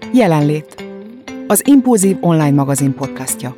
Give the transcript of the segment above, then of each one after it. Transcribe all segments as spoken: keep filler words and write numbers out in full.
Jelenlét. Az Impulzív online magazin podcastja.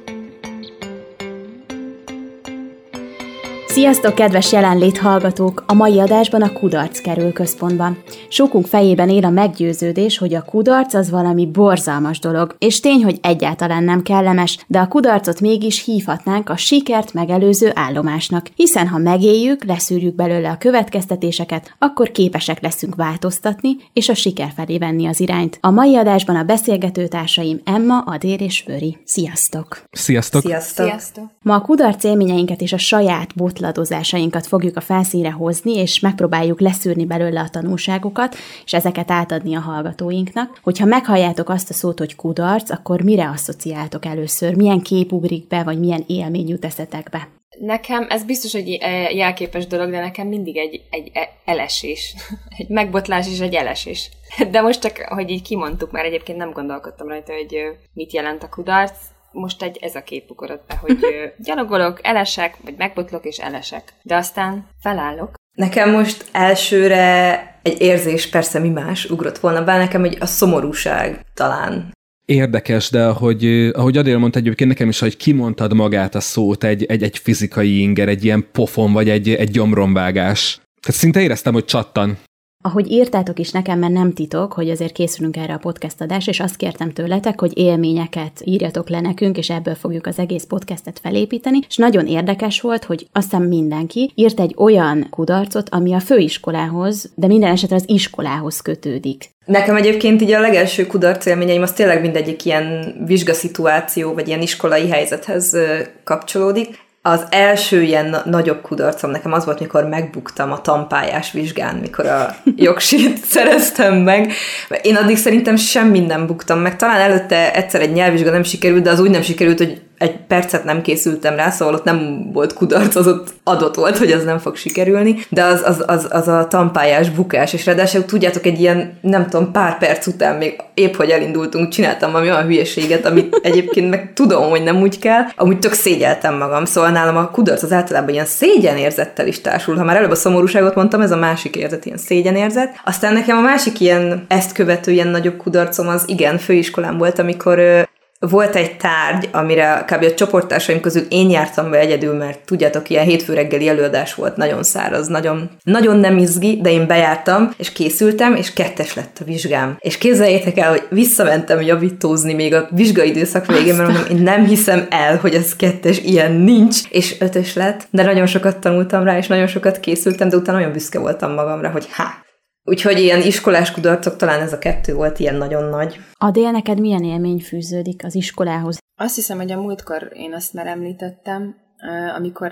Sziasztok, kedves jelenlét hallgatók! A mai adásban a kudarc kerül központban. Sokunk fejében él a meggyőződés, hogy a kudarc az valami borzalmas dolog, és tény, hogy egyáltalán nem kellemes, de a kudarcot mégis hívhatnánk a sikert megelőző állomásnak, hiszen ha megéljük, leszűrjük belőle a következtetéseket, akkor képesek leszünk változtatni, és a siker felé venni az irányt. A mai adásban a beszélgetőtársaim Emma, Adél és Vöri. Sziasztok! Sziasztok! Sziasztok! Sziasztok! Ma a kudarc élményeinket és a saját botladozásainkat fogjuk a felszínre hozni, és megpróbáljuk leszűrni belőle a tanulságokat, és ezeket átadni a hallgatóinknak. Hogyha meghalljátok azt a szót, hogy kudarc, akkor mire asszociáltok először? Milyen kép ugrik be, vagy milyen élmény jut eszetekbe? Nekem ez biztos, hogy jelképes dolog, de nekem mindig egy, egy elesés. Egy megbotlás és egy elesés. De most csak, hogy így kimondtuk, már egyébként nem gondolkodtam rajta, hogy mit jelent a kudarc. Most egy ez a kép ugrott be, hogy gyalogolok, elesek, vagy megbotlok és elesek. De aztán felállok. Nekem most elsőre egy érzés, persze mi más ugrott volna be, nekem egy a szomorúság talán. Érdekes, de ahogy, ahogy Adél mondta egyébként nekem is, hogy kimondtad magát a szót, egy, egy, egy fizikai inger, egy ilyen pofon, vagy egy, egy gyomromvágás. Tehát szinte éreztem, hogy csattan. Ahogy írtátok is nekem, mert nem titok, hogy azért készülünk erre a podcast adásra, és azt kértem tőletek, hogy élményeket írjatok le nekünk, és ebből fogjuk az egész podcastet felépíteni, és nagyon érdekes volt, hogy aztán mindenki írt egy olyan kudarcot, ami a főiskolához, de minden esetre az iskolához kötődik. Nekem egyébként így a legelső kudarc élményeim az tényleg mindegyik ilyen vizsgaszituáció, vagy ilyen iskolai helyzethez kapcsolódik. Az első ilyen nagyobb kudarcom nekem az volt, mikor megbuktam a tanpályás vizsgán, mikor a jogsit szereztem meg. Én addig szerintem semmi nem buktam meg. Talán előtte egyszer egy nyelvvizsga nem sikerült, de az úgy nem sikerült, hogy egy percet nem készültem rá, szóval ott nem volt kudarc, az ott adott volt, hogy az nem fog sikerülni, de az, az, az, az a tanpályás bukás, és ráadásul tudjátok, egy ilyen, nem tudom, pár perc után még épp, hogy elindultunk, csináltam valami olyan hülyeséget, amit egyébként meg tudom, hogy nem úgy kell, amúgy tök szégyeltem magam, szóval nálam a kudarc az általában ilyen szégyenérzettel is társul. Ha már előbb a szomorúságot mondtam, ez a másik érzet, ilyen szégyenérzet. Aztán nekem a másik ilyen, ezt követő ilyen nagyobb kudarcom az igen, főiskolán volt, amikor volt egy tárgy, amire kb. A csoporttársaim közül én jártam be egyedül, mert tudjátok, ilyen hétfő reggeli előadás volt, nagyon száraz, nagyon, nagyon nem izgi, de én bejártam, és készültem, és kettes lett a vizsgám. És képzeljétek el, hogy visszamentem javítózni még a vizsgaidőszak végén, mert mondom, én nem hiszem el, hogy ez kettes, ilyen nincs, és ötös lett, de nagyon sokat tanultam rá, és nagyon sokat készültem, de utána nagyon büszke voltam magamra, hogy ha. Úgyhogy ilyen iskolás kudarcok, talán ez a kettő volt ilyen nagyon nagy. Adél, neked milyen élmény fűződik az iskolához? Azt hiszem, hogy a múltkor én azt már említettem, amikor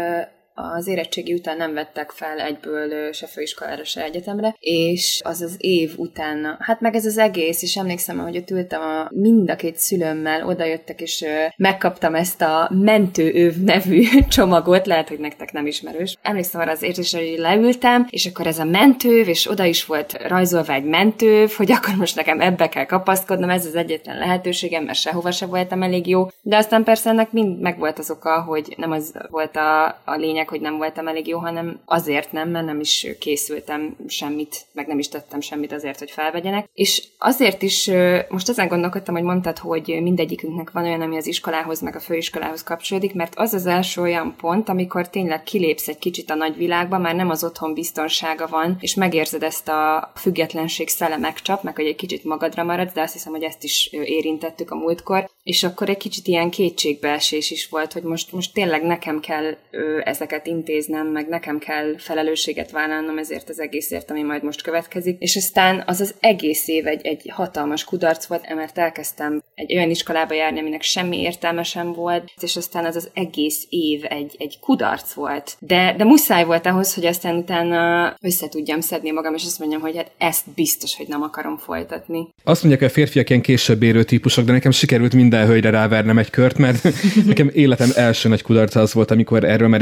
az érettségi után nem vettek fel egyből se főiskolára, se egyetemre, és az az év utána, hát meg ez az egész, és emlékszem, hogy ott ültem a mind a két szülőmmel, odajöttek, és megkaptam ezt a mentőöv nevű csomagot, lehet, hogy nektek nem ismerős. Emlékszem arra az érzésre, hogy leültem, és akkor ez a mentőv, és oda is volt rajzolva egy mentőv, hogy akkor most nekem ebbe kell kapaszkodnom, ez az egyetlen lehetőségem, mert sehova se voltam elég jó. De aztán persze ennek mind megvolt az oka, hogy nem az volt a, a lényeg, hogy nem voltam elég jó, hanem azért nem, mert nem is készültem semmit, meg nem is tettem semmit azért, hogy felvegyenek. És azért is most ezen gondolkodtam, hogy mondtad, hogy mindegyikünknek van olyan, ami az iskolához, meg a főiskolához kapcsolódik, mert az az első olyan pont, amikor tényleg kilépsz egy kicsit a nagyvilágba, már nem az otthon biztonsága van, és megérzed ezt a függetlenség szele megcsap, meg hogy egy kicsit magadra maradsz, de azt hiszem, hogy ezt is érintettük a múltkor, és akkor egy kicsit ilyen kétségbeesés is volt, hogy most, most tényleg nekem kell ö, ezeket intéznem, meg nekem kell felelősséget vállalnom ezért az egészért, ami majd most következik. És aztán az az egész év egy, egy hatalmas kudarc volt, mert elkezdtem egy olyan iskolába járni, aminek semmi értelme sem volt, és aztán az az egész év egy, egy kudarc volt. De, de muszáj volt ahhoz, hogy aztán utána össze tudjam szedni magam, és azt mondjam, hogy hát ezt biztos, hogy nem akarom folytatni. Azt mondják, hogy a férfiak ilyen később érő típusok, de nekem sikerült minden hölgyre rávernem egy kört, mert nekem életem első nagy kudarca az volt, amikor erről már egy érintőleg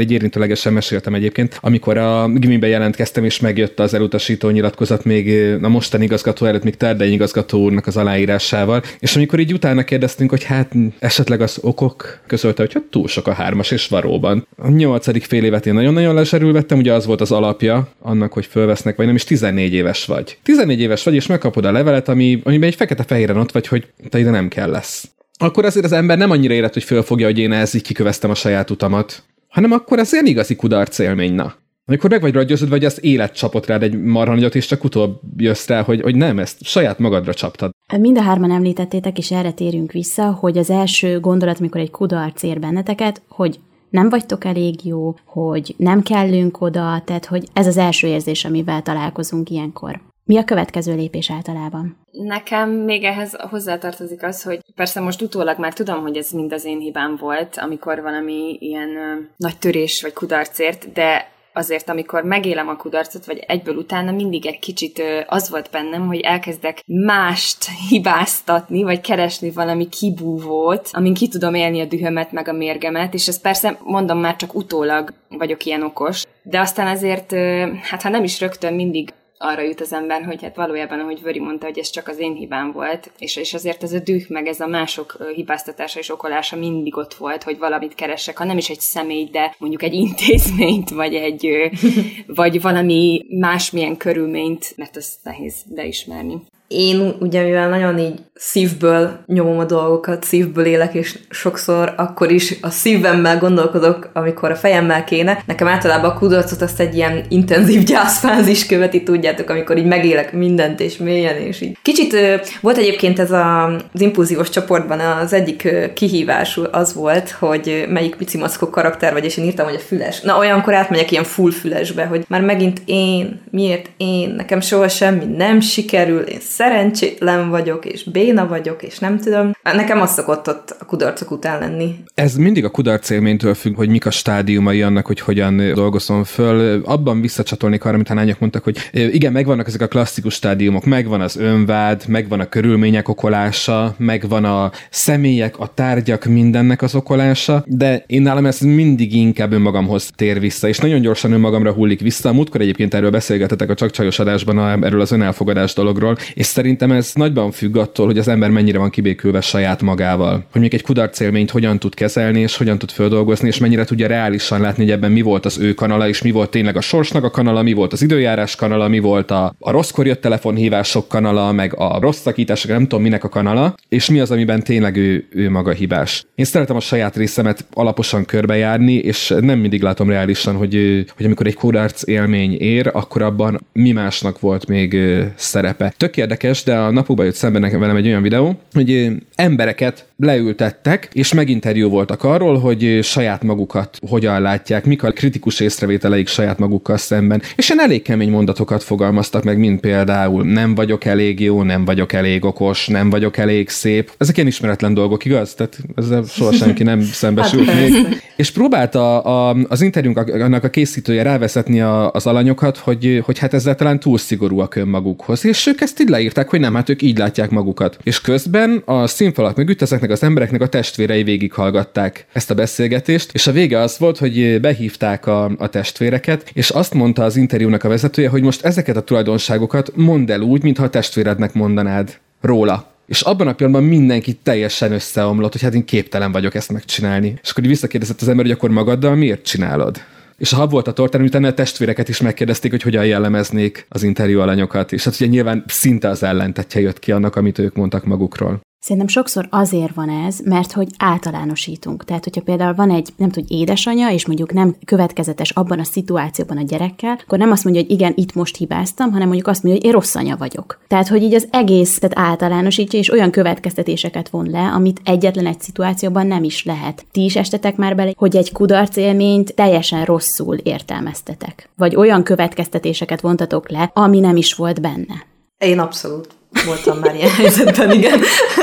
mesterségesen meséltem egyébként, amikor a gimibe jelentkeztem, és megjött az elutasító nyilatkozat még a mostani igazgató előtt, még Terdei igazgató úrnak az aláírásával, és amikor így utána kérdeztünk, hogy hát esetleg az okok, közölte, hogy hát túl sok a hármas, és valóban. A nyolcadik fél évet én nagyon-nagyon leserül vettem, ugye az volt az alapja annak, hogy fölvesznek, vagy nem is tizennégy éves vagy. tizennégy éves vagy, és megkapod a levelet, ami, amiben egy fekete-fehéren ott vagy, hogy te ide nem kell lesz. Akkor azért az ember nem annyira élet, hogy fölfogja, hogy én ehhez így kiköveztem a saját utamat, hanem akkor ez ilyen igazi kudarc élmény, na. Amikor meg vagy rá győződve, hogy az élet csapott rád egy marha nagyot, és csak utóbb jössz rá, hogy, hogy nem, ezt saját magadra csaptad. Mind a hárman említettétek, és erre térjünk vissza, hogy az első gondolat, mikor egy kudarc ér benneteket, hogy nem vagytok elég jó, hogy nem kellünk oda, tehát hogy ez az első érzés, amivel találkozunk ilyenkor. Mi a következő lépés általában? Nekem még ehhez hozzátartozik az, hogy persze most utólag már tudom, hogy ez mind az én hibám volt, amikor valami ilyen ö, nagy törés vagy kudarc ért, de azért, amikor megélem a kudarcot, vagy egyből utána mindig egy kicsit ö, az volt bennem, hogy elkezdek mást hibáztatni, vagy keresni valami kibúvót, amin ki tudom élni a dühömet, meg a mérgemet, és ez persze, mondom, már csak utólag vagyok ilyen okos, de aztán azért, ö, hát ha nem is rögtön mindig arra jut az ember, hogy hát valójában, ahogy Vöri mondta, hogy ez csak az én hibám volt, és, és azért ez a düh, meg ez a mások hibáztatása és okolása mindig ott volt, hogy valamit keresek, ha nem is egy személy, de mondjuk egy intézményt, vagy egy vagy valami másmilyen körülményt, mert azt nehéz beismerni. Én ugye, mivel nagyon így szívből nyomom a dolgokat, szívből élek, és sokszor akkor is a szívemmel gondolkodok, amikor a fejemmel kéne. Nekem általában a kudarcot azt egy ilyen intenzív gyászfázis követi, tudjátok, amikor így megélek mindent, és mélyen, és így. Kicsit volt egyébként ez a, az impulzívos csoportban az egyik kihívás az volt, hogy melyik picimaszkó karakter vagy, és én írtam, hogy a füles. Na, olyankor átmegyek ilyen full fülesbe, hogy már megint én, miért én, nekem soha semmi nem sikerül, én szerencsétlen vagyok, és béna vagyok, és nem tudom. Nekem az szokott ott a kudarcok után lenni. Ez mindig a kudarc élménytől függ, hogy mik a stádiumai annak, hogy hogyan dolgozom föl. Abban visszacsatolnék arra, amit a lányok mondtak, hogy igen, megvannak ezek a klasszikus stádiumok, megvan az önvád, megvan a körülmények okolása, megvan a személyek, a tárgyak, mindennek az okolása, de én nálam ez mindig inkább önmagamhoz tér vissza, és nagyon gyorsan önmagamra hullik vissza. Múltkor egyébként erről beszélgetetek a Csak Csajos adásban, a, erről az önelfogadás dologról, és szerintem ez nagyban függ attól, hogy az ember mennyire van kibékülve saját magával. Hogy még egy kudarc élményt hogyan tud kezelni, és hogyan tud földolgozni, és mennyire tudja reálisan látni, hogy ebben mi volt az ő kanala, és mi volt tényleg a sorsnak a kanala, mi volt az időjárás kanala, mi volt a, a rosszkor jött telefonhívások kanala, meg a rossz szakítások, nem tudom minek a kanala, és mi az, amiben tényleg ő, ő maga hibás. Én szeretem a saját részemet alaposan körbejárni, és nem mindig látom reálisan, hogy, hogy amikor egy kudarc élmény ér, akkor abban mi másnak volt még szerepe. Tök érdekes, de a napokban jött szemben nekem velem egy olyan videó, hogy embereket leültettek, és meginterjú voltak arról, hogy saját magukat hogyan látják, mik a kritikus észrevételeik saját magukkal szemben. És én elég kemény mondatokat fogalmaztak meg, mint például nem vagyok elég jó, nem vagyok elég okos, nem vagyok elég szép. Ezek ilyen ismeretlen dolgok, igaz? Tehát ezzel soha senki nem szembesült hát még. És próbálta a, az interjúnk annak a készítője ráveszetni a, az alanyokat, hogy, hogy hát ezzel talán túl szigorúak önmagukhoz. És ők ezt így leírták, hogy nem, hát ők így látják magukat. És közben a színfalak mögött ezeknek az embereknek a testvérei végighallgatták ezt a beszélgetést, és a vége az volt, hogy behívták a, a testvéreket, és azt mondta az interjúnak a vezetője, hogy most ezeket a tulajdonságokat mondd el úgy, mintha a testvérednek mondanád róla. És abban a pillanatban mindenki teljesen összeomlott, hogy hát én képtelen vagyok ezt megcsinálni. És akkor visszakérdezett az ember, hogy akkor magaddal miért csinálod? És a hab volt a tortán, utána a testvéreket is megkérdezték, hogy hogyan jellemeznék az interjú alanyokat. És hát ugye nyilván szinte az ellentetje jött ki annak, amit ők mondtak magukról. Szerintem sokszor azért van ez, mert hogy általánosítunk. Tehát, hogyha például van egy, nem tudom, édesanyja, és mondjuk nem következetes abban a szituációban a gyerekkel, akkor nem azt mondja, hogy igen, itt most hibáztam, hanem mondjuk azt mondja, hogy én rossz anya vagyok. Tehát, hogy így az egészet általánosítja, és olyan következtetéseket von le, amit egyetlen egy szituációban nem is lehet. Ti is estetek már bele, hogy egy kudarc élményt teljesen rosszul értelmeztetek. Vagy olyan következtetéseket vontatok le, ami nem is volt benne. Én abszolút voltam már ilyen helyzetben, igen.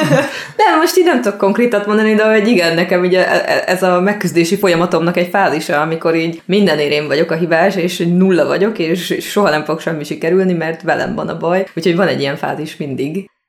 De most így nem tudok konkrétat mondani, de hogy igen, nekem ugye ez a megküzdési folyamatomnak egy fázisa, amikor így mindenért én vagyok a hibás, és nulla vagyok, és soha nem fog semmi sikerülni, mert velem van a baj. Úgyhogy van egy ilyen fázis mindig.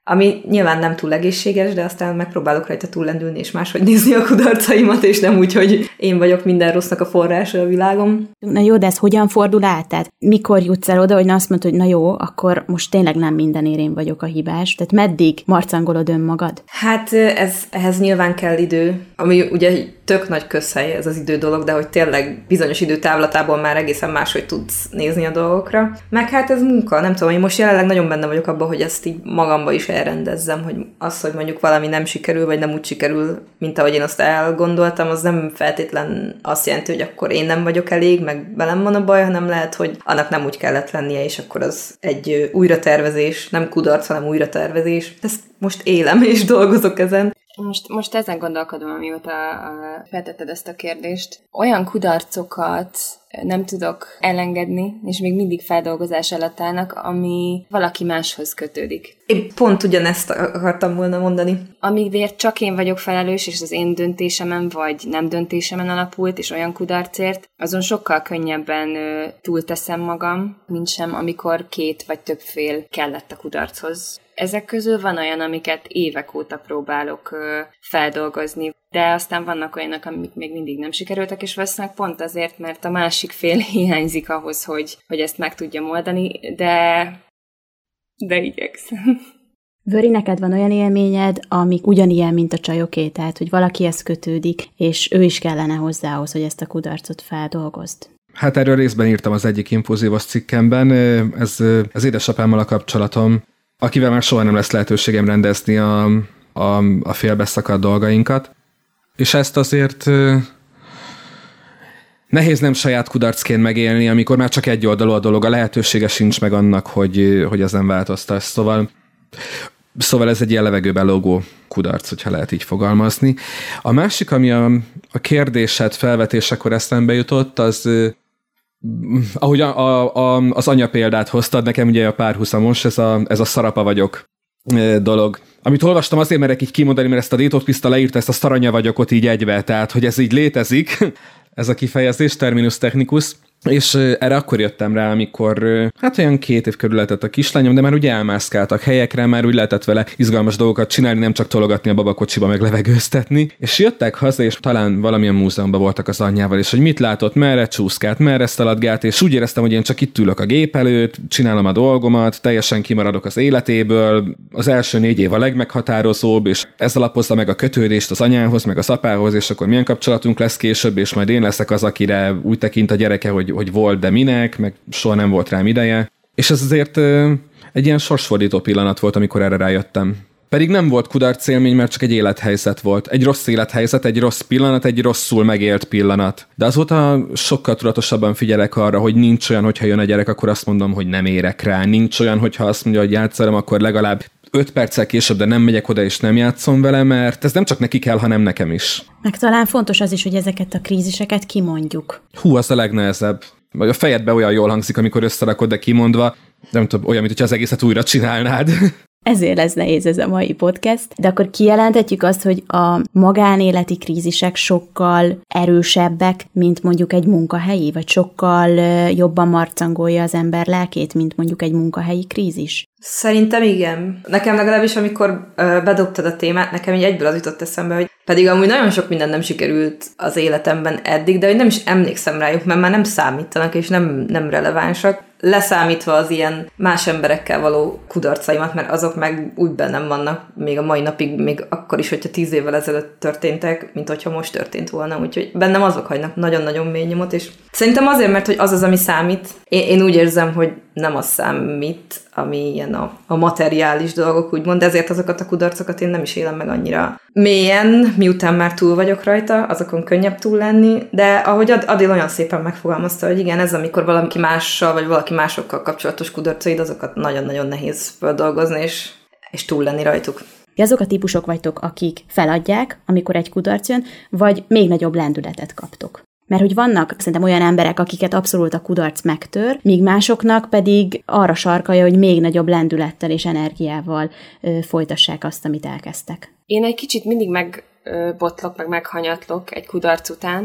ami nyilván nem túl egészséges, de aztán megpróbálok rajta túllendülni, és máshogy nézni a kudarcaimat, és nem úgy, hogy én vagyok minden rossznak a forrása a világon. Na jó, de ez hogyan fordul át? Tehát mikor jutsz el oda, hogy azt mondod, hogy na jó, akkor most tényleg nem mindenért én vagyok a hibás? Tehát meddig marcangolod önmagad? Hát ez, ehhez nyilván kell idő, ami ugye tök nagy közhely ez az idő dolog, de hogy tényleg bizonyos időtávlatából már egészen máshogy tudsz nézni a dolgokra. Meg hát ez munka, nem tudom, én most jelenleg nagyon benne vagyok abban, hogy ezt így magamba is elrendezzem, hogy az, hogy mondjuk valami nem sikerül, vagy nem úgy sikerül, mint ahogy én azt elgondoltam, az nem feltétlen azt jelenti, hogy akkor én nem vagyok elég, meg velem van a baj, hanem lehet, hogy annak nem úgy kellett lennie, és akkor az egy újratervezés, nem kudarc, hanem újratervezés. Ezt most élem, és dolgozok ezen. Most, most ezen gondolkodom, amióta uh, feltetted ezt a kérdést. Olyan kudarcokat nem tudok elengedni, és még mindig feldolgozás alatt állnak, ami valaki máshoz kötődik. Én pont ugyanezt akartam volna mondani. Amiért csak én vagyok felelős, és az én döntésemen vagy nem döntésemen alapult, és olyan kudarcért, azon sokkal könnyebben ö, túlteszem magam, mint sem, amikor két vagy több fél kellett a kudarchoz. Ezek közül van olyan, amiket évek óta próbálok ö, feldolgozni, de aztán vannak olyanok, amik még mindig nem sikerültek, és valószínűleg pont azért, mert a másik fél hiányzik ahhoz, hogy, hogy ezt meg tudjam oldani, de, de igyekszem. Vöri, neked van olyan élményed, ami ugyanilyen, mint a csajoké, tehát, hogy valakihez kötődik, és ő is kellene hozzához, hogy ezt a kudarcot feldolgozd? Hát erről részben írtam az egyik infózívos cikkemben, ez az édesapámmal a kapcsolatom, akivel már soha nem lesz lehetőségem rendezni a, a, a félbeszakadt dolgainkat. És ezt azért nehéz nem saját kudarcként megélni, amikor már csak egy oldalú a dolog, a lehetősége sincs meg annak, hogy, hogy ezen változtass. Szóval, szóval ez egy ilyen levegőben lógó kudarc, hogyha lehet így fogalmazni. A másik, ami a, a kérdésed felvetésekor eszembe jutott, az ahogy a, a, a, az anya példát hoztad, nekem ugye a párhuzamos, ez a, ez a szarapa vagyok dolog. Amit olvastam, azért merek így kimondani, mert ezt a Détót Piszta leírta, ezt a szaranya vagyokot így egybe, tehát hogy ez így létezik, ez a kifejezés, terminus technicus, és erre akkor jöttem rá, amikor hát olyan két év körül lehetett a kislányom, de már ugye elmászkáltak helyekre, már úgy lehetett vele izgalmas dolgokat csinálni, nem csak tologatni a babakocsiba, meg levegőztetni, és jöttek haza, és talán valamilyen múzeumban voltak az anyjával, és hogy mit látott, merre csúszkált, merre szaladgált, és úgy éreztem, hogy én csak itt ülök a gép előtt, csinálom a dolgomat, teljesen kimaradok az életéből, az első négy év a legmeghatározóbb, és ez alapozza meg a kötődést az anyához, meg az apához, és akkor milyen kapcsolatunk lesz később, és majd én leszek az, akire úgy tekint a gyereke, hogy hogy volt, de minek, meg soha nem volt rám ideje. És ez azért egy ilyen sorsfordító pillanat volt, amikor erre rájöttem. Pedig nem volt kudarc élmény, mert csak egy élethelyzet volt. Egy rossz élethelyzet, egy rossz pillanat, egy rosszul megélt pillanat. De azóta sokkal tudatosabban figyelek arra, hogy nincs olyan, hogyha jön a gyerek, akkor azt mondom, hogy nem érek rá. Nincs olyan, hogyha azt mondja, hogy játszom, akkor legalább öt perccel később, de nem megyek oda és nem játszom vele, mert ez nem csak neki kell, hanem nekem is. Meg talán fontos az is, hogy ezeket a kríziseket kimondjuk. Hú, az a legnehezebb. Vagy a fejedbe olyan jól hangzik, amikor összerakod, de kimondva, nem tudom, olyan, mint hogyha az egészet újra csinálnád. Ezért lesz nehéz ez a mai podcast, de akkor kijelenthetjük azt, hogy a magánéleti krízisek sokkal erősebbek, mint mondjuk egy munkahelyi, vagy sokkal jobban marcangolja az ember lelkét, mint mondjuk egy munkahelyi krízis? Szerintem igen. Nekem legalábbis, amikor ö, bedobtad a témát, nekem így egyből az jutott eszembe, hogy pedig amúgy nagyon sok minden nem sikerült az életemben eddig, de hogy nem is emlékszem rájuk, mert már nem számítanak, és nem, nem relevánsak. Leszámítva az ilyen más emberekkel való kudarcaimat, mert azok meg úgy bennem vannak még a mai napig, még akkor is, hogyha tíz évvel ezelőtt történtek, mint hogyha most történt volna. Úgyhogy bennem azok hagynak nagyon-nagyon mély nyomot, és szerintem azért, mert hogy az az, ami számít. Én, én úgy érzem, hogy nem az számít, ami ilyen a, a materiális dolgok, úgymond, de ezért azokat a kudarcokat én nem is élem meg annyira mélyen, miután már túl vagyok rajta, azokon könnyebb túl lenni, de ahogy Adél olyan szépen megfogalmazta, hogy igen, ez amikor valaki mással, vagy valaki másokkal kapcsolatos kudarcaid, azokat nagyon-nagyon nehéz feldolgozni, és, és túl lenni rajtuk. Azok a típusok vagytok, akik feladják, amikor egy kudarc jön, vagy még nagyobb lendületet kaptok. Mert hogy vannak szerintem olyan emberek, akiket abszolút a kudarc megtör, míg másoknak pedig arra sarkalja, hogy még nagyobb lendülettel és energiával ö, folytassák azt, amit elkezdtek. Én egy kicsit mindig megbotlok, meg meghanyatlok egy kudarc után,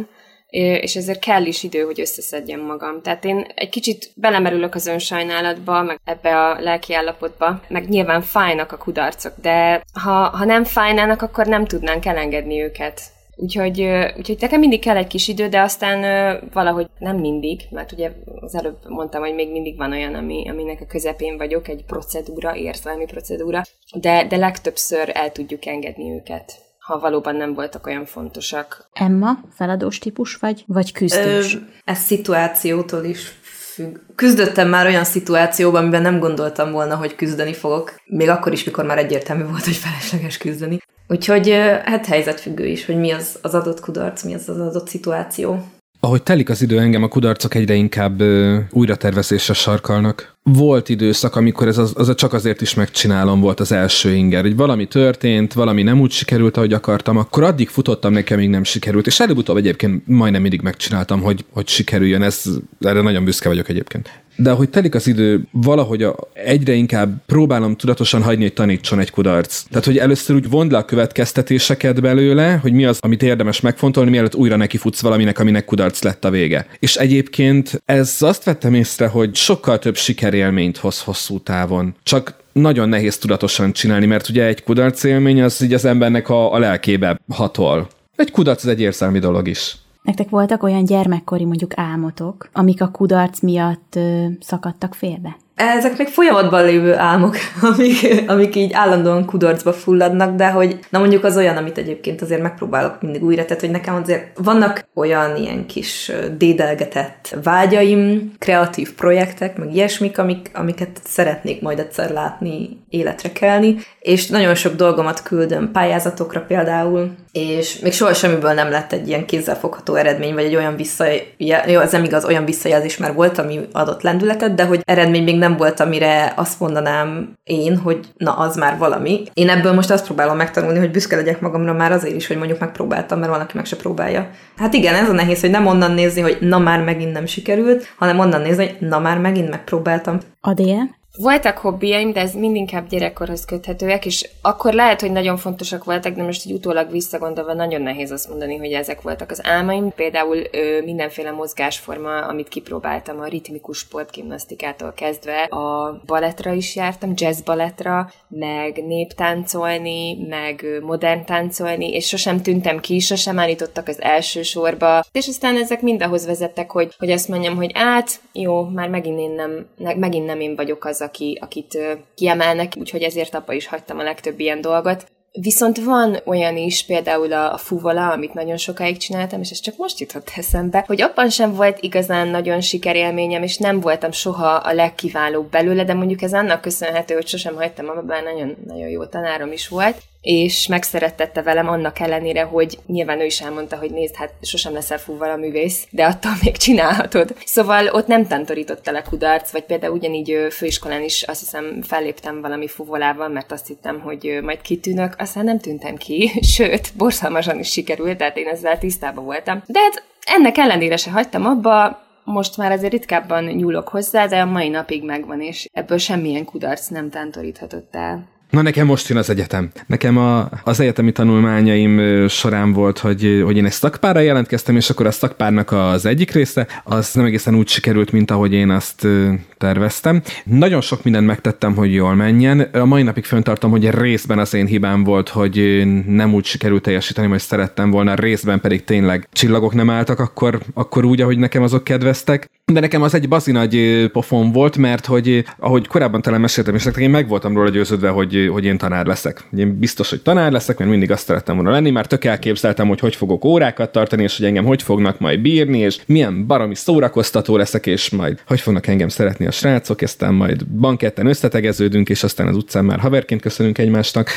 és ezért kell is idő, hogy összeszedjem magam. Tehát én egy kicsit belemerülök az önsajnálatba, meg ebbe a lelki állapotba, meg nyilván fájnak a kudarcok, de ha, ha nem fájnának, akkor nem tudnánk elengedni őket. Úgyhogy, úgyhogy nekem mindig kell egy kis idő, de aztán valahogy nem mindig, mert ugye az előbb mondtam, hogy még mindig van olyan, ami, aminek a közepén vagyok, egy procedúra, érzelmi procedúra, de, de legtöbbször el tudjuk engedni őket, ha valóban nem voltak olyan fontosak. Emma, feladós típus vagy, vagy küzdős? Ö, ez szituációtól is függ. Küzdöttem már olyan szituációban, amiben nem gondoltam volna, hogy küzdeni fogok. Még akkor is, mikor már egyértelmű volt, hogy felesleges küzdeni. Úgyhogy hát helyzetfüggő is, hogy mi az az adott kudarc, mi az az adott szituáció. Ahogy telik az idő, engem a kudarcok egyre inkább ö, újratervezésre sarkalnak. Volt időszak, amikor ez az, az csak azért is megcsinálom, volt az első inger, hogy valami történt, valami nem úgy sikerült, ahogy akartam, akkor addig futottam neki, amíg nem sikerült, és előbb-utóbb egyébként majdnem mindig megcsináltam, hogy, hogy sikerüljön, ez, erre nagyon büszke vagyok egyébként. De ahogy telik az idő, valahogy a, egyre inkább próbálom tudatosan hagyni, hogy tanítson egy kudarc. Tehát, hogy először úgy vond le a következtetéseket belőle, hogy mi az, amit érdemes megfontolni, mielőtt újra nekifutsz valaminek, aminek kudarc lett a vége. És egyébként ez azt vettem észre, hogy sokkal több sikerélményt hoz hosszú távon. Csak nagyon nehéz tudatosan csinálni, mert ugye egy kudarc élmény az így az embernek a, a lelkébe hatol. Egy kudarc az egy érzelmi dolog is. Nektek voltak olyan gyermekkori mondjuk álmotok, amik a kudarc miatt ö, szakadtak félbe? Ezek még folyamatban lévő álmok, amik, amik így állandóan kudarcba fulladnak, de hogy na mondjuk az olyan, amit egyébként azért megpróbálok mindig újra, tehát hogy nekem azért vannak olyan ilyen kis dédelgetett vágyaim, kreatív projektek, meg ilyesmik, amik, amiket szeretnék majd egyszer látni, életre kelni, és nagyon sok dolgomat küldöm pályázatokra például, és még soha semmiből nem lett egy ilyen kézzelfogható eredmény, vagy egy olyan visszajelzés, jó, ez nem igaz, olyan visszajelzés már volt, ami adott lendületet, de hogy eredmény még nem volt, amire azt mondanám én, hogy na, az már valami. Én ebből most azt próbálom megtanulni, hogy büszke legyek magamra már azért is, hogy mondjuk megpróbáltam, mert van, aki meg se próbálja. Hát igen, ez a nehéz, hogy nem onnan nézni, hogy na már megint nem sikerült, hanem onnan nézni, hogy na már megint megpróbáltam. Adél? Voltak hobbiaim, de ez mindinkább gyerekkorhoz köthetőek, és akkor lehet, hogy nagyon fontosak voltak, de most egy utólag visszagondolva nagyon nehéz azt mondani, hogy ezek voltak az álmaim. Például ö, mindenféle mozgásforma, amit kipróbáltam, a ritmikus sportgimnasztikától kezdve, a balettra is jártam, jazz balettra, meg néptáncolni, meg modern táncolni, és sosem tűntem ki, sosem állítottak az első sorba, és aztán ezek mind ahhoz vezettek, hogy, hogy azt mondjam, hogy át, jó, már megint én nem, megint nem én vagyok az, aki, akit uh, kiemelnek, úgyhogy ezért abba is hagytam a legtöbb ilyen dolgot. Viszont van olyan is, például a, a fuvola, amit nagyon sokáig csináltam, és ez csak most jutott eszembe, hogy abban sem volt igazán nagyon sikerélményem, és nem voltam soha a legkiválóbb belőle, de mondjuk ez annak köszönhető, hogy sosem hagytam abba, bár nagyon, nagyon jó tanárom is volt, és megszerettette velem annak ellenére, hogy nyilván ő is elmondta, hogy nézd, hát sosem leszel fuvola művész, de attól még csinálhatod. Szóval ott nem tántorított el a kudarc, vagy például ugyanígy főiskolán is azt hiszem felléptem valami fuvolával, mert azt hittem, hogy majd kitűnök, aztán nem tűntem ki, sőt, borzalmasan is sikerült, tehát én ezzel tisztában voltam. De hát ennek ellenére se hagytam abba, most már azért ritkábban nyúlok hozzá, de a mai napig megvan, és ebből semmilyen kudarc nem tántoríthatott el. Na, nekem most jön az egyetem. Nekem a, az egyetemi tanulmányaim során volt, hogy, hogy én egy szakpárra jelentkeztem, és akkor a szakpárnak az egyik része, az nem egészen úgy sikerült, mint ahogy én azt terveztem. Nagyon sok mindent megtettem, hogy jól menjen. A mai napig fenntartom, hogy részben az én hibám volt, hogy nem úgy sikerült teljesíteni, hogy szerettem volna, részben pedig tényleg csillagok nem álltak akkor, akkor úgy, ahogy nekem azok kedveztek. De nekem az egy bazi nagy pofon volt, mert hogy ahogy korábban talán meséltem, és én meg voltam róla győződve, hogy, hogy én tanár leszek. Én biztos, hogy tanár leszek, mert mindig azt szerettem volna lenni, már tök elképzeltem, hogy hogy fogok órákat tartani, és hogy engem hogy fognak majd bírni, és milyen baromi szórakoztató leszek, és majd hogy fognak engem szeretni a srácok, aztán majd banketten összetegeződünk, és aztán az utcán már haverként köszönünk egymásnak.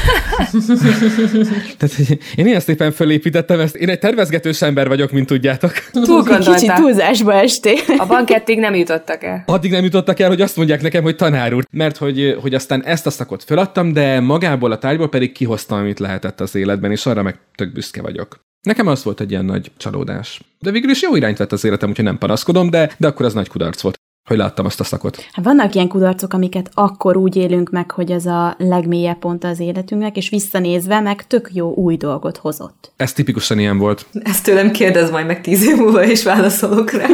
Tehát én ilyen szépen fölépítettem ezt. Én egy tervezgetős ember vagyok, mint tudjátok. Túl kicsit túlzásba estél. A bankettig nem jutottak el. Addig nem jutottak el, hogy azt mondják nekem, hogy tanár úr. Mert hogy, hogy aztán ezt a szakot feladtam, de magából a tárgyból pedig kihoztam, amit lehetett az életben, és arra meg tök büszke vagyok. Nekem az volt egy ilyen nagy csalódás. De végül is jó irányt vett az életem, úgyhogy nem panaszkodom, de, de akkor az nagy kudarc volt. hogy láttam azt a szakot. Hát vannak ilyen kudarcok, amiket akkor úgy élünk meg, hogy ez a legmélyebb pont az életünknek, és visszanézve meg tök jó új dolgot hozott. Ez tipikusan ilyen volt. Ezt tőlem kérdez majd meg tíz év múlva, és válaszolok rá.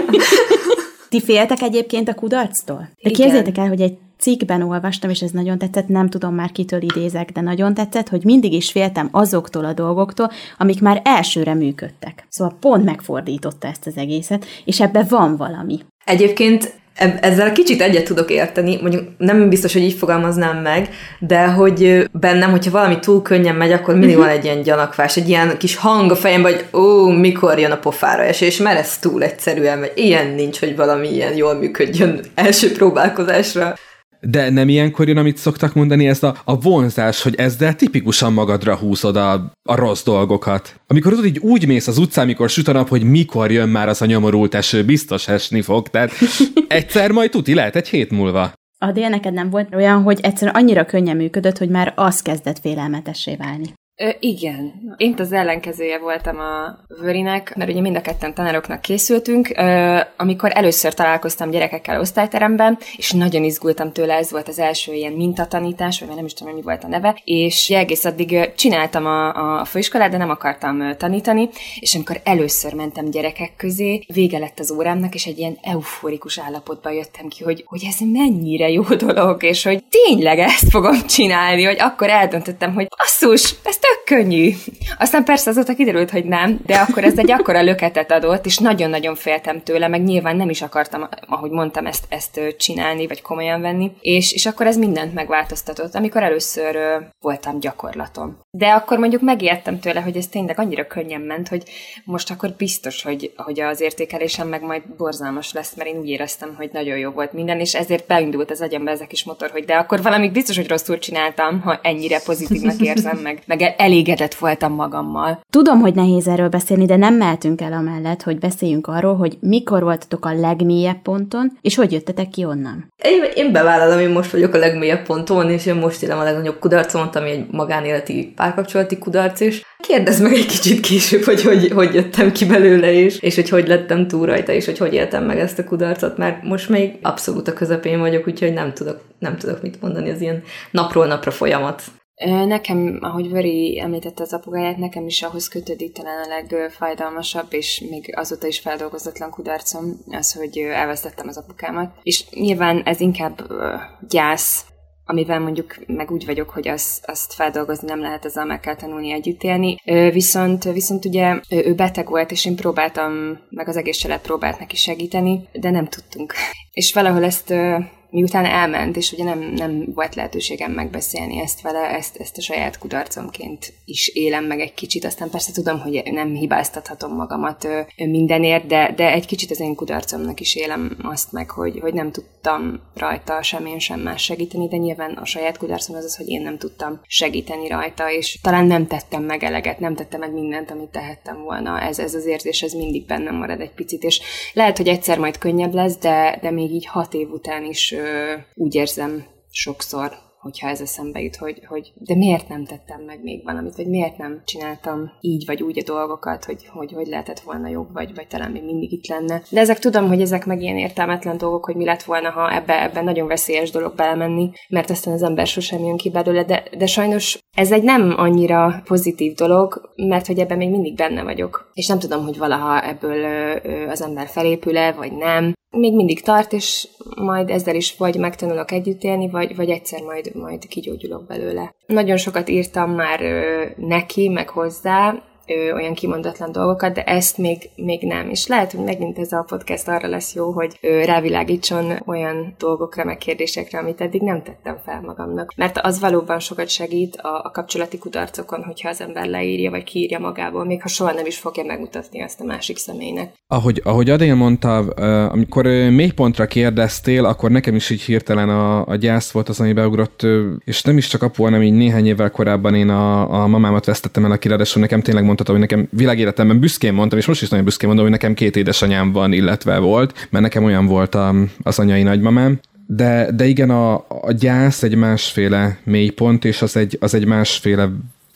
Ti féltek egyébként a kudarctól? De képzeljétek el, hogy egy cikkben olvastam, és ez nagyon tetszett, nem tudom már kitől idézek, de nagyon tetszett, hogy mindig is féltem azoktól a dolgoktól, amik már elsőre működtek. Szóval pont megfordította ezt az egészet, és ebben van valami. Egyébként ezzel kicsit egyet tudok érteni, mondjuk nem biztos, hogy így fogalmaznám meg, de hogy bennem, hogyha valami túl könnyen megy, akkor mindig van egy ilyen gyanakvás, egy ilyen kis hang a fejemben, hogy ó, mikor jön a pofára esés, mert ez túl egyszerűen megy. Ilyen nincs, hogy valami ilyen jól működjön első próbálkozásra. De nem ilyenkor jön, amit szoktak mondani, ez a, a vonzás, hogy ezzel tipikusan magadra húzod a, a rossz dolgokat. Amikor tudod, így úgy mész az utcán, amikor süt a nap, hogy mikor jön már az a nyomorult eső, biztos esni fog, tehát egyszer majd tuti lehet egy hét múlva. Adél, neked nem volt olyan, hogy egyszerűen annyira könnyen működött, hogy már az kezdett félelmetessé válni? Ö, igen. Én az ellenkezője voltam a Vörinek, mert ugye mind a ketten tanároknak készültünk, ö, amikor először találkoztam gyerekekkel osztályteremben, és nagyon izgultam tőle, ez volt az első ilyen mintatanítás, vagy nem is tudom, mi volt a neve, és egész addig csináltam a, a főiskolát, de nem akartam tanítani, és amikor először mentem gyerekek közé, vége lett az órámnak, és egy ilyen euforikus állapotba jöttem ki, hogy, hogy ez mennyire jó dolog, és hogy tényleg ezt fogom csinálni, hogy akkor eldöntöttem, hogy basszus, ez tök könnyű. Aztán persze azóta kiderült, hogy nem, de akkor ez egy akkora löketet adott, és nagyon-nagyon féltem tőle, meg nyilván nem is akartam, ahogy mondtam, ezt, ezt csinálni, vagy komolyan venni, és, és akkor ez mindent megváltoztatott, amikor először uh, voltam gyakorlaton. De akkor mondjuk megijedtem tőle, hogy ez tényleg annyira könnyen ment, hogy most akkor biztos, hogy, hogy az értékelésem meg majd borzalmas lesz, mert én úgy éreztem, hogy nagyon jó volt minden, és ezért beindult az agyamba ez a kis motor, hogy de akkor valamit biztos, hogy rosszul csináltam, ha ennyire pozitívnak érzem, meg, meg elégedett voltam magammal. Tudom, hogy nehéz erről beszélni, de nem mehetünk el amellett, hogy beszéljünk arról, hogy mikor voltatok a legmélyebb ponton, és hogy jöttetek ki onnan. Én, én bevállalom, én most vagyok a legmélyebb ponton, és én most élem a legnagyobb kudarcomat, ami egy magánéleti párkapcsolati kudarc, és kérdezd meg egy kicsit később, hogy hogy, hogy jöttem ki belőle, és, és hogy hogy lettem túl rajta, és hogy hogy éltem meg ezt a kudarcot, mert most még abszolút a közepén vagyok, úgyhogy nem tudok, nem tudok mit mondani, az ilyen napról napra folyamat. Nekem, ahogy Vöri említette az apukáját, nekem is ahhoz kötődik talán a legfájdalmasabb, és még azóta is feldolgozatlan kudarcom az, hogy elvesztettem az apukámat. És nyilván ez inkább gyász, amivel mondjuk meg úgy vagyok, hogy azt, azt feldolgozni nem lehet, ezzel meg kell tanulni együtt élni. Viszont, viszont ugye ő beteg volt, és én próbáltam, meg az egész család próbált neki segíteni, de nem tudtunk. És valahol ezt miután elment, és ugye nem, nem volt lehetőségem megbeszélni ezt vele, ezt, ezt a saját kudarcomként is élem meg egy kicsit, aztán persze tudom, hogy nem hibáztathatom magamat mindenért, de, de egy kicsit az én kudarcomnak is élem azt meg, hogy, hogy nem tudtam rajta sem én sem más segíteni, de nyilván a saját kudarcom az az, hogy én nem tudtam segíteni rajta, és talán nem tettem meg eleget, nem tettem meg mindent, amit tehettem volna. Ez, ez az érzés, ez mindig bennem marad egy picit, és lehet, hogy egyszer majd könnyebb lesz, de, de még így hat év után is úgy érzem sokszor, hogyha ez eszembe jut, hogy, hogy de miért nem tettem meg még valamit, vagy miért nem csináltam így vagy úgy a dolgokat, hogy hogy, hogy lehetett volna jobb, vagy, vagy talán még mindig itt lenne. De ezek tudom, hogy ezek meg ilyen értelmetlen dolgok, hogy mi lett volna, ha ebbe, ebben nagyon veszélyes dolog belemenni, mert aztán az ember sosem jön ki belőle, de, de sajnos ez egy nem annyira pozitív dolog, mert hogy ebben még mindig benne vagyok. És nem tudom, hogy valaha ebből az ember felépül-e, vagy nem. Még mindig tart, és majd ezzel is vagy megtanulok együtt élni, vagy, vagy egyszer majd, majd kigyógyulok belőle. Nagyon sokat írtam már ö, neki, meg hozzá, ö, olyan kimondatlan dolgokat, de ezt még, még nem. És lehet, hogy megint ez a podcast arra lesz jó, hogy ö, rávilágítson olyan dolgokra, meg kérdésekre, amit eddig nem tettem fel magamnak. Mert az valóban sokat segít a, a kapcsolati kudarcokon, hogyha az ember leírja, vagy kiírja magából, még ha soha nem is fogja megmutatni azt a másik személynek. Ahogy, ahogy Adél mondta, amikor mélypontra kérdeztél, akkor nekem is így hirtelen a, a gyász volt az, ami beugrott, és nem is csak apu, hanem így néhány évvel korábban én a, a mamámat vesztettem el, aki ráadásul nekem tényleg mondhatom, hogy nekem világéletemben büszkén mondtam, és most is nagyon büszkén mondom, hogy nekem két édesanyám van, illetve volt, mert nekem olyan volt a, az anyai nagymamám. De, de igen, a, a gyász egy másféle mélypont, és az egy, az egy másféle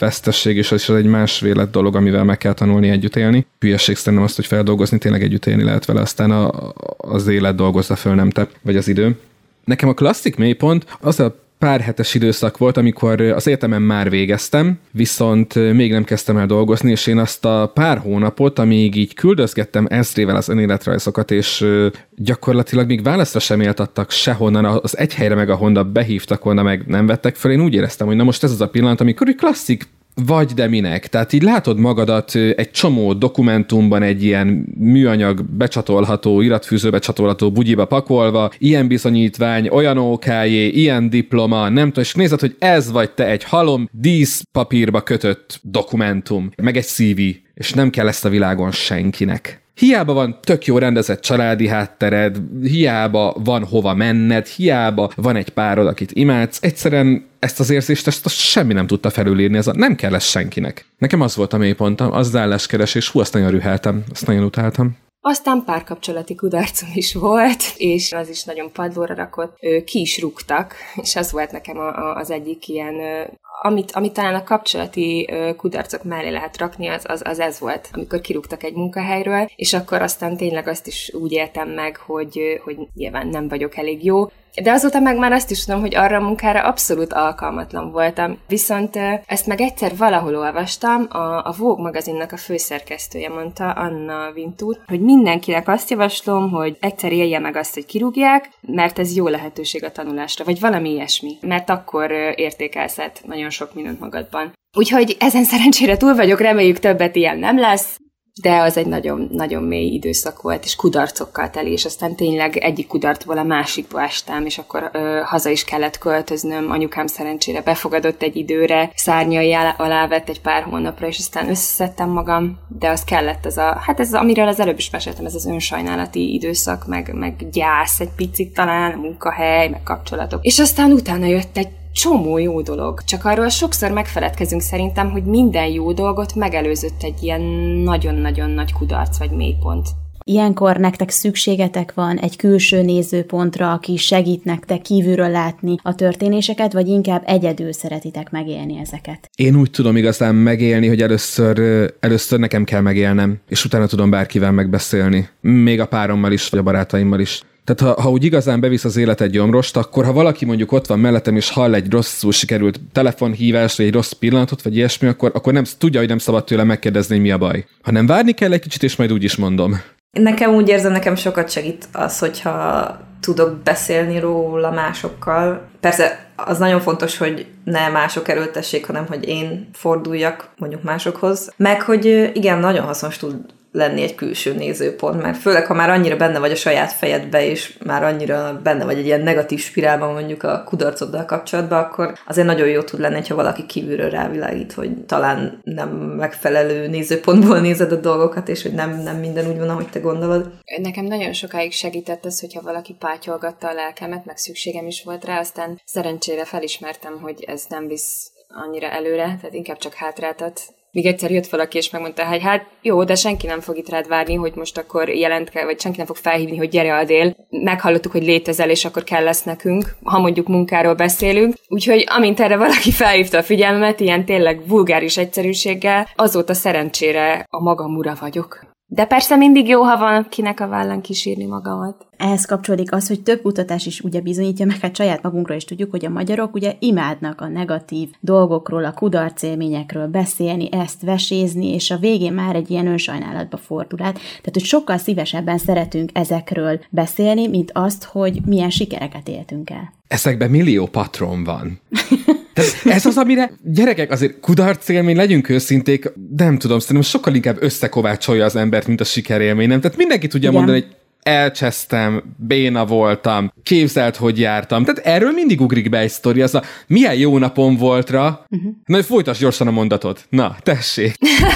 vesztesség, és ez egy más vélet dolog, amivel meg kell tanulni együtt élni. Hülyeség szerintem azt, hogy feldolgozni, tényleg együtt élni lehet vele, aztán a, az élet dolgozza föl, nem te, vagy az idő. Nekem a klasszik mélypont az a pár hetes időszak volt, amikor az egyetemen már végeztem, viszont még nem kezdtem el dolgozni, és én azt a pár hónapot, amíg így küldözgettem ezrével az önéletrajzokat, és gyakorlatilag még válaszra sem éltattak sehonnan, az egy helyre meg a Honda behívtak volna, meg nem vettek fel, én úgy éreztem, hogy na most ez az a pillanat, amikor egy klasszik vagy, de minek. Tehát így látod magadat egy csomó dokumentumban egy ilyen műanyag becsatolható, iratfűzőbe csatolható bugyiba pakolva, ilyen bizonyítvány, olyan ó ká jé, ilyen diploma, nem tudom, és nézed, hogy ez vagy te egy halom díszpapírba kötött dokumentum, meg egy cé vé, és nem kell ezt a világon senkinek. Hiába van tök jó rendezett családi háttered, hiába van hova menned, hiába van egy párod, akit imádsz, egyszerűen ezt az érzést, ezt semmi nem tudta felülírni, ez a nem kell ez senkinek. Nekem az volt a mélypontom, az álláskeresés, hú, azt nagyon rüheltem, azt nagyon utáltam. Aztán párkapcsolati kudarcom is volt, és az is nagyon padlóra rakott, ki is rúgtak, és az volt nekem a, a, az egyik ilyen, amit, amit talán a kapcsolati kudarcok mellé lehet rakni, az, az, az ez volt, amikor kirúgtak egy munkahelyről, és akkor aztán tényleg azt is úgy éltem meg, hogy, hogy nyilván nem vagyok elég jó, de azóta meg már azt is tudom, hogy arra a munkára abszolút alkalmatlan voltam. Viszont ezt meg egyszer valahol olvastam, a, a Vogue magazinnak a főszerkesztője mondta, Anna Wintour, hogy mindenkinek azt javaslom, hogy egyszer élje meg azt, hogy kirúgják, mert ez jó lehetőség a tanulásra, vagy valami ilyesmi, mert akkor értékelszed nagyon sok mindent magadban. Úgyhogy ezen szerencsére túl vagyok, reméljük többet ilyen nem lesz, de az egy nagyon, nagyon mély időszak volt, és kudarcokkal teli, és aztán tényleg egyik kudarcból a másikba estem, és akkor ö, haza is kellett költöznöm, anyukám szerencsére befogadott egy időre, szárnyai alá vett egy pár hónapra, és aztán összeszedtem magam, de az kellett ez a, hát ez, amiről az előbb is meséltem, ez az önsajnálati időszak, meg, meg gyász egy picit talán, munkahely, meg kapcsolatok. És aztán utána jött egy csomó jó dolog. Csak arról sokszor megfeledkezünk szerintem, hogy minden jó dolgot megelőzött egy ilyen nagyon-nagyon nagy kudarc vagy mélypont. Ilyenkor nektek szükségetek van egy külső nézőpontra, aki segít nektek kívülről látni a történéseket, vagy inkább egyedül szeretitek megélni ezeket? Én úgy tudom igazán megélni, hogy először, először nekem kell megélnem, és utána tudom bárkivel megbeszélni. Még a párommal is, vagy a barátaimmal is. Tehát ha, ha úgy igazán bevisz az élet egy gyomrost, akkor ha valaki mondjuk ott van mellettem, és hall egy rosszul sikerült telefonhívást, vagy egy rossz pillanatot, vagy ilyesmi, akkor, akkor nem tudja, hogy nem szabad tőle megkérdezni, hogy mi a baj. Hanem várni kell egy kicsit, és majd úgy is mondom. Nekem úgy érzem, nekem sokat segít az, hogyha tudok beszélni róla másokkal. Persze az nagyon fontos, hogy ne mások erőltessék, hanem hogy én forduljak mondjuk másokhoz. Meg, hogy igen, nagyon hasznos tud lenni egy külső nézőpont, mert főleg, ha már annyira benne vagy a saját fejedbe, és már annyira benne vagy egy ilyen negatív spirálban mondjuk a kudarcoddal kapcsolatban, akkor azért nagyon jó tud lenni, ha valaki kívülről rávilágít, hogy talán nem megfelelő nézőpontból nézed a dolgokat, és hogy nem, nem minden úgy van, ahogy te gondolod. Nekem nagyon sokáig segített az, hogyha valaki pátyolgatta a lelkemet, meg szükségem is volt rá, aztán szerencsére felismertem, hogy ez nem visz annyira előre, tehát inkább csak hátráltat. Míg egyszer jött valaki, és megmondta, hogy hát jó, de senki nem fog itt rád várni, hogy most akkor jelentke, vagy senki nem fog felhívni, hogy gyere Adél. Meghallottuk, hogy létezel, és akkor kell lesz nekünk, ha mondjuk munkáról beszélünk. Úgyhogy amint erre valaki felhívta a figyelmemet, ilyen tényleg vulgáris egyszerűséggel, azóta szerencsére a magam ura vagyok. De persze mindig jó, ha van kinek a vállán kísírni magamat. Ehhez kapcsolódik az, hogy több kutatás is ugye bizonyítja, meg hát saját magunkról is tudjuk, hogy a magyarok ugye imádnak a negatív dolgokról, a kudarcélményekről beszélni, ezt vesézni, és a végén már egy ilyen önsajnálatba fordul át. Tehát, hogy sokkal szívesebben szeretünk ezekről beszélni, mint azt, hogy milyen sikereket éltünk el. Ezekben millió patron van. Tehát ez az, amire gyerekek, azért kudarcélmény, legyünk őszinték, nem tudom, szerintem sokkal inkább összekovácsolja az embert, mint a sikerélmény, nem? Tehát mindenki tudja Igen. mondani, hogy elcsesztem, béna voltam, képzeld, hogy jártam. Tehát erről mindig ugrik be egy sztori, az a milyen jó napom voltra. Uh-huh. Na, folytasd gyorsan a mondatot. Na, tessék.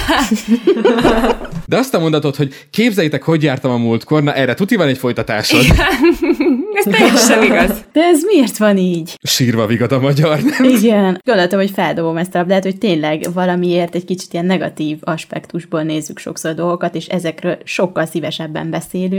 De azt a mondatot, hogy képzeljétek, hogy jártam a múltkor, na erre tuti van egy folytatásod. Ez teljesen igaz. De ez miért van így? Sírva vigad a magyar, nem? Igen. Gondoltam, hogy feldobom ezt a labdát, hogy tényleg valamiért egy kicsit ilyen negatív aspektusból nézzük sokszor dolgokat, és ezekről sokkal szívesebben beszélünk, és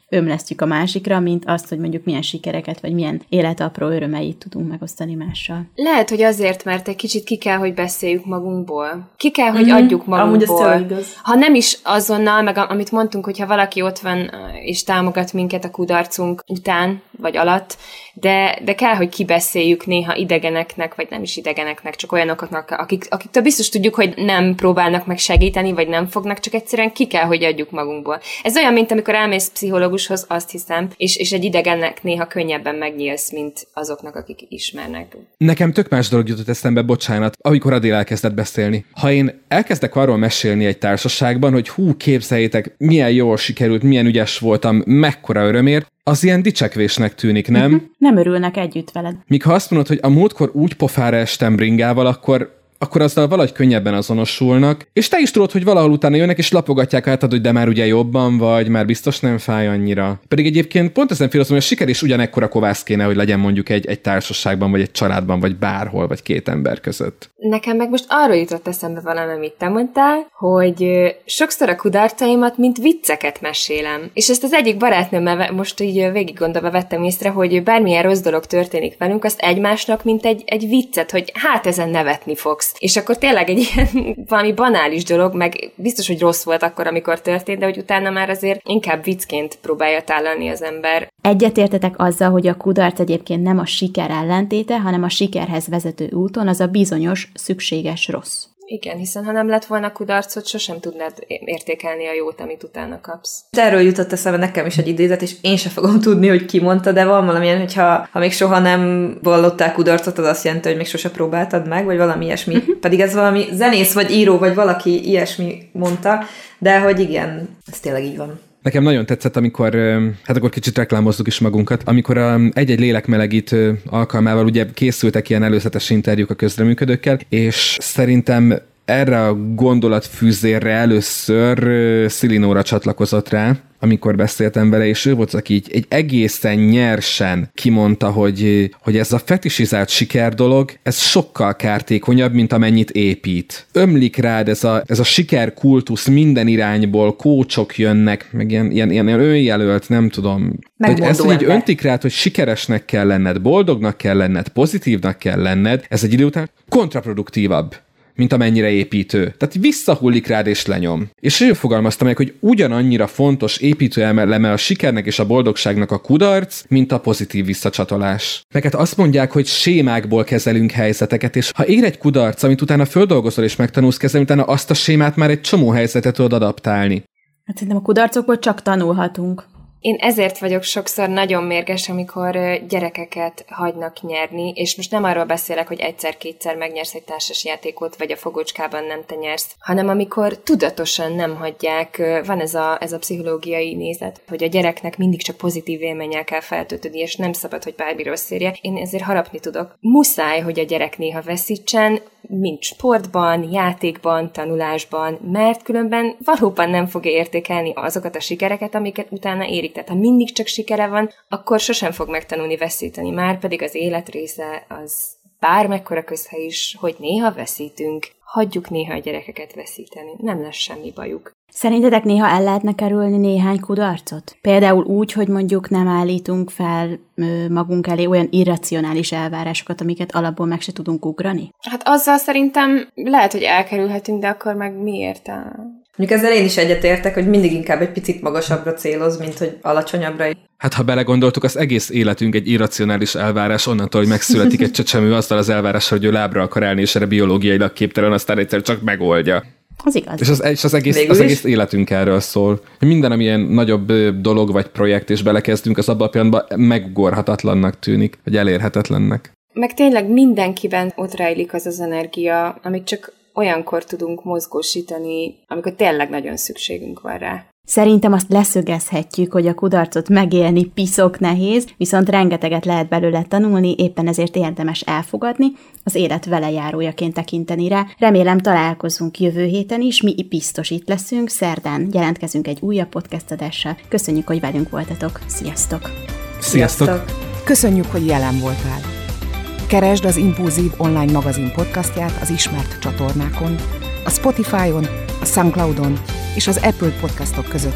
ömlesztjük a másikra, mint azt, hogy mondjuk milyen sikereket, vagy milyen élet apró örömeit tudunk megosztani mással. Lehet, hogy azért, mert egy kicsit ki kell, hogy beszéljük magunkból. Ki kell, hogy mm-hmm. adjuk magunkból. Ha nem is azonnal, meg amit mondtunk, hogyha valaki ott van és támogat minket a kudarcunk után, vagy alatt, de, de kell, hogy kibeszéljük néha idegeneknek, vagy nem is idegeneknek, csak olyanoknak, akik, akiktől biztos tudjuk, hogy nem próbálnak meg segíteni, vagy nem fognak, csak egyszerűen ki kell, hogy adjuk magunkból. Ez olyan, mint amikor elmész pszichológushoz, azt hiszem, és, és egy idegennek néha könnyebben megnyílsz, mint azoknak, akik ismernek. Nekem tök más dolog jutott eszembe, bocsánat, amikor Adél elkezdett beszélni. Ha én elkezdek arról mesélni egy társaságban, hogy hú, képzeljétek, milyen jól sikerült, milyen ügyes voltam, mekkora örömért, az ilyen dicsekvésnek tűnik, nem? Uh-huh. Nem örülnek együtt veled. Míg ha azt mondod, hogy a múltkor úgy pofára estem bringával, akkor akkor azzal valahogy könnyebben azonosulnak, és te is tudod, hogy valahol utána jönnek, és lapogatják át, hogy de már ugye jobban vagy, már biztos nem fáj annyira. Pedig egyébként pont ezen félozom, hogy a siker is ugyanekkora kovász kéne, hogy legyen mondjuk egy, egy társaságban, vagy egy családban, vagy bárhol, vagy két ember között. Nekem meg most arról jutott eszembe valami, amit te mondtál, hogy sokszor a kudarcaimat, mint vicceket mesélem. És ezt az egyik barátnőmmel most így végig gondolva vettem észre, hogy bármilyen rossz dolog történik velünk, azt egymásnak, mint egy, egy viccet, hogy hát ezen nevetni fogsz. És akkor tényleg egy ilyen valami banális dolog, meg biztos, hogy rossz volt akkor, amikor történt, de hogy utána már azért inkább viccként próbálja tálalni az ember. Egyetértetek azzal, hogy a kudarc egyébként nem a siker ellentéte, hanem a sikerhez vezető úton az a bizonyos, szükséges rossz. Igen, hiszen ha nem lett volna kudarcot, sosem tudnád értékelni a jót, amit utána kapsz. De erről jutott eszembe nekem is egy idézet, és én sem fogom tudni, hogy ki mondta, de van valamilyen, hogyha ha még soha nem vallottál kudarcot, az azt jelenti, hogy még sose próbáltad meg, vagy valami ilyesmi. Uh-huh. Pedig ez valami zenész, vagy író, vagy valaki ilyesmi mondta, de hogy igen, ez tényleg így van. Nekem nagyon tetszett, amikor, hát akkor kicsit reklámozzuk is magunkat, amikor egy-egy lélekmelegítő alkalmával ugye készültek ilyen előzetes interjúk a közreműködőkkel, és szerintem erre a gondolatfűzérre először Szilinóra csatlakozott rá, amikor beszéltem vele, és ő volt, aki így egy egészen nyersen kimondta, hogy, hogy ez a fetisizált siker dolog, ez sokkal kártékonyabb, mint amennyit épít. Ömlik rád ez a, ez a sikerkultusz minden irányból, kócsok jönnek, meg ilyen, ilyen, ilyen önjelölt, nem tudom. Hogy ez, hogy így öntik rád, hogy sikeresnek kell lenned, boldognak kell lenned, pozitívnak kell lenned, ez egy idő után kontraproduktívabb, mint amennyire építő. Tehát visszahullik rád és lenyom. És ő fogalmazta meg, hogy ugyanannyira fontos építőeleme a sikernek és a boldogságnak a kudarc, mint a pozitív visszacsatolás. Meg hát azt mondják, hogy sémákból kezelünk helyzeteket, és ha ér egy kudarc, amit utána földolgozol és megtanulsz kezelni, utána azt a sémát már egy csomó helyzetet tudod adaptálni. Hát szerintem a kudarcokból csak tanulhatunk. Én ezért vagyok sokszor nagyon mérges, amikor gyerekeket hagynak nyerni, és most nem arról beszélek, hogy egyszer-kétszer megnyersz egy társasjátékot, vagy a fogócskában nem te nyersz, hanem amikor tudatosan nem hagyják, van ez a, ez a pszichológiai nézet, hogy a gyereknek mindig csak pozitív élménnyel kell feltöltődni, és nem szabad, hogy bármi rossz érje. Én ezért harapni tudok. Muszáj, hogy a gyerek néha veszítsen, mint sportban, játékban, tanulásban, mert különben valóban nem fogja értékelni azokat a sikereket, amiket utána érik. Tehát ha mindig csak sikere van, akkor sosem fog megtanulni veszíteni. Már pedig az élet része az bármekkora közhely is, hogy néha veszítünk. Hagyjuk néha a gyerekeket veszíteni. Nem lesz semmi bajuk. Szerintetek néha el lehetne kerülni néhány kudarcot? Például úgy, hogy mondjuk nem állítunk fel ö, magunk elé olyan irracionális elvárásokat, amiket alapból meg se tudunk ugrani? Hát azzal szerintem lehet, hogy elkerülhetünk, de akkor meg miért? Mondjuk ezzel én is egyetértek, hogy mindig inkább egy picit magasabbra céloz, mint hogy alacsonyabbra. Hát ha belegondoltuk, az egész életünk egy irracionális elvárás onnantól, hogy megszületik egy csecsemő azzal az elvárásra, hogy ő lábra akar állni, és erre biológiailag képtelen, aztán egyszer csak megoldja. Az igaz. És az, és az, egész, az egész életünk erről szól. Minden, amilyen nagyobb dolog vagy projekt, és belekezdünk, az abban a pillanatban megugorhatatlannak tűnik, vagy elérhetetlennek. Meg tényleg mindenkiben ott rejlik az az energia, amit csak olyankor tudunk mozgósítani, amikor tényleg nagyon szükségünk van rá. Szerintem azt leszögezhetjük, hogy a kudarcot megélni piszok nehéz, viszont rengeteget lehet belőle tanulni, éppen ezért érdemes elfogadni, az élet velejárójaként tekinteni rá. Remélem találkozunk jövő héten is, mi biztos itt leszünk, szerdán jelentkezünk egy újabb podcast adással. Köszönjük, hogy velünk voltatok. Sziasztok! Sziasztok! Sziasztok. Köszönjük, hogy jelen voltál! Keresd az Impulzív online magazin podcastját az ismert csatornákon, a Spotify-on, a SoundCloud-on és az Apple podcastok között.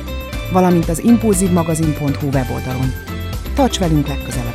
valamint az impulzívmagazin pont hu weboldalon. Tarts velünk legközelebb!